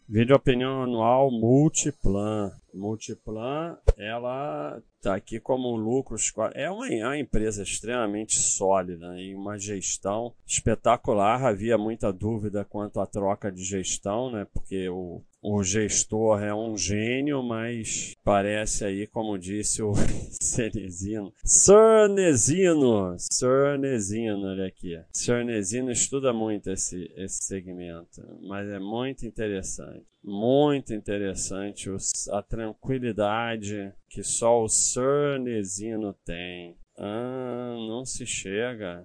Vídeo opinião anual Multiplan. Multiplan, ela está aqui como lucros. É uma empresa extremamente sólida e uma gestão espetacular. Havia muita dúvida quanto à troca de gestão, né? Porque o gestor é um gênio, mas parece aí, como disse o Cenezino. Cernezino, olha aqui. Cernezino estuda muito esse segmento, mas é muito interessante. Muito interessante a tranquilidade que só o Cernezino tem. Não se chega.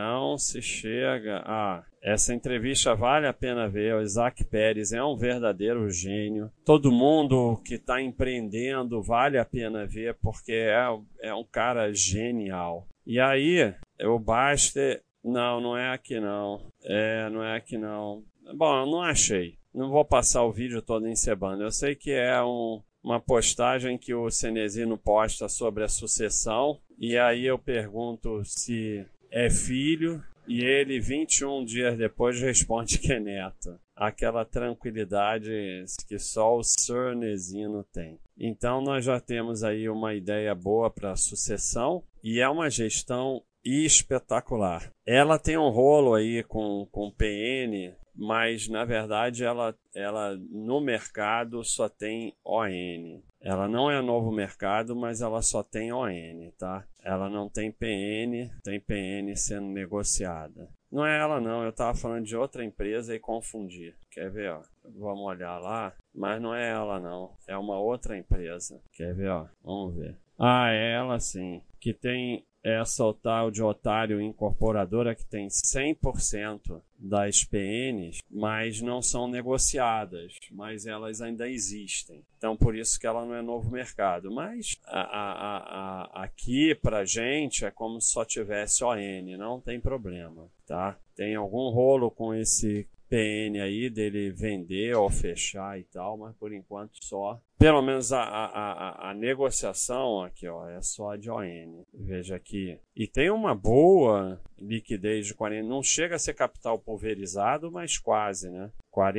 Essa entrevista vale a pena ver. O Isaac Pérez é um verdadeiro gênio. Todo mundo que está empreendendo vale a pena ver, porque é um cara genial. E aí, o Baster... Não é aqui não. Não é aqui não. Bom, eu não achei. Não vou passar o vídeo todo encebando. Eu sei que é uma postagem que o Cenezino posta sobre a sucessão. E aí eu pergunto se é filho. E ele, 21 dias depois, responde que é neto. Aquela tranquilidade que só o Cernezino tem. Então nós já temos aí uma ideia boa para a sucessão. E é uma gestão espetacular. Ela tem um rolo aí com PN, mas na verdade ela no mercado só tem ON. Ela não é novo mercado, mas ela só tem ON, tá? Ela não tem PN, tem PN sendo negociada. Não é ela não, eu estava falando de outra empresa e confundi. Quer ver, ó? Vamos olhar lá, mas não é ela não, é uma outra empresa. Quer ver, ó? Vamos ver. É ela sim, que tem essa tal de Otário Incorporadora que tem 100% das PNs, mas não são negociadas, mas elas ainda existem. Então, por isso que ela não é novo mercado. Mas aqui, pra gente, é como se só tivesse ON, não tem problema, tá? Tem algum rolo com esse PN aí dele vender ou fechar e tal, mas por enquanto só. Pelo menos a negociação aqui, ó, é só de ON. Veja aqui. E tem uma boa liquidez de 40%. Não chega a ser capital pulverizado, mas quase, né?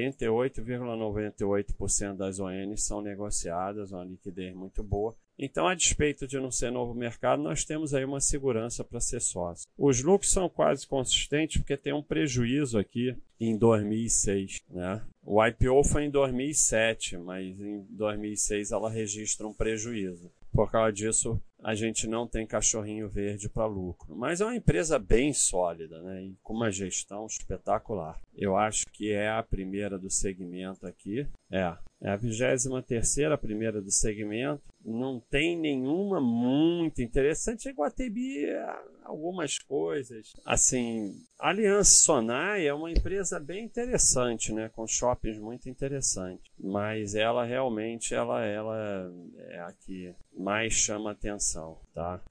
48,98% das ONs são negociadas, uma liquidez muito boa. Então, a despeito de não ser novo mercado, nós temos aí uma segurança para ser sócio. Os lucros são quase consistentes porque tem um prejuízo aqui em 2006, né? O IPO foi em 2007, mas em 2006 ela registra um prejuízo. Por causa disso, a gente não tem cachorrinho verde para lucro. Mas é uma empresa bem sólida, né? E com uma gestão espetacular. Eu acho que é a primeira do segmento aqui. É a 23ª primeira do segmento. Não tem nenhuma muito interessante. É Iguatemi, algumas coisas. Assim, a Aliança Sonai é uma empresa bem interessante, né? Com shoppings muito interessantes. Mas ela realmente ela é a que mais chama atenção, tá?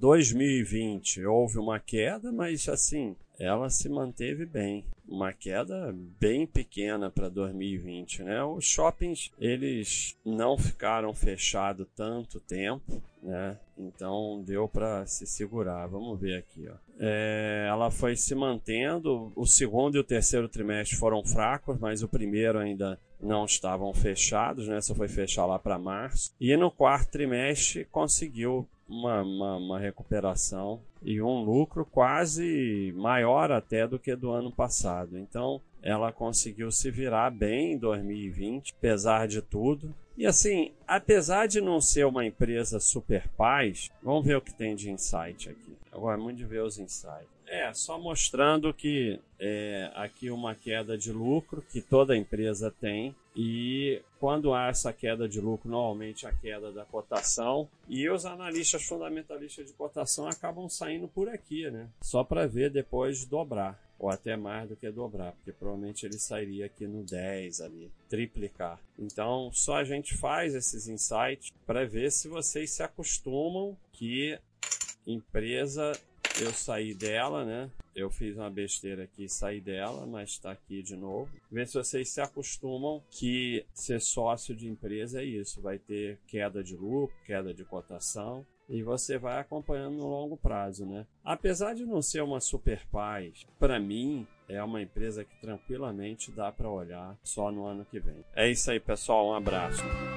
2020 houve uma queda, mas assim, ela se manteve bem. Uma queda bem pequena para 2020, né? Os shoppings, eles não ficaram fechados tanto tempo, né? Então deu para se segurar. Vamos ver aqui, ó. Ela foi se mantendo. O segundo e o terceiro trimestre foram fracos, mas o primeiro ainda não estavam fechados, né? Só foi fechar lá para março. E no quarto trimestre conseguiu uma recuperação e um lucro quase maior até do que do ano passado. Então, ela conseguiu se virar bem em 2020, apesar de tudo. E assim, apesar de não ser uma empresa super paz, vamos ver o que tem de insight aqui. Eu gosto muito de ver os insights. Só mostrando que aqui uma queda de lucro que toda empresa tem. E quando há essa queda de lucro, normalmente a queda da cotação. E os analistas fundamentalistas de cotação acabam saindo por aqui, né? Só para ver depois dobrar. Ou até mais do que dobrar, porque provavelmente ele sairia aqui no 10 ali, triplicar. Então, só a gente faz esses insights para ver se vocês se acostumam que empresa, eu saí dela, né? Eu fiz uma besteira aqui e saí dela, mas está aqui de novo. Ver se vocês se acostumam que ser sócio de empresa é isso. Vai ter queda de lucro, queda de cotação. e você vai acompanhando no longo prazo, né? Apesar de não ser uma super paz, para mim é uma empresa que tranquilamente dá para olhar só no ano que vem. É isso aí, pessoal. Um abraço.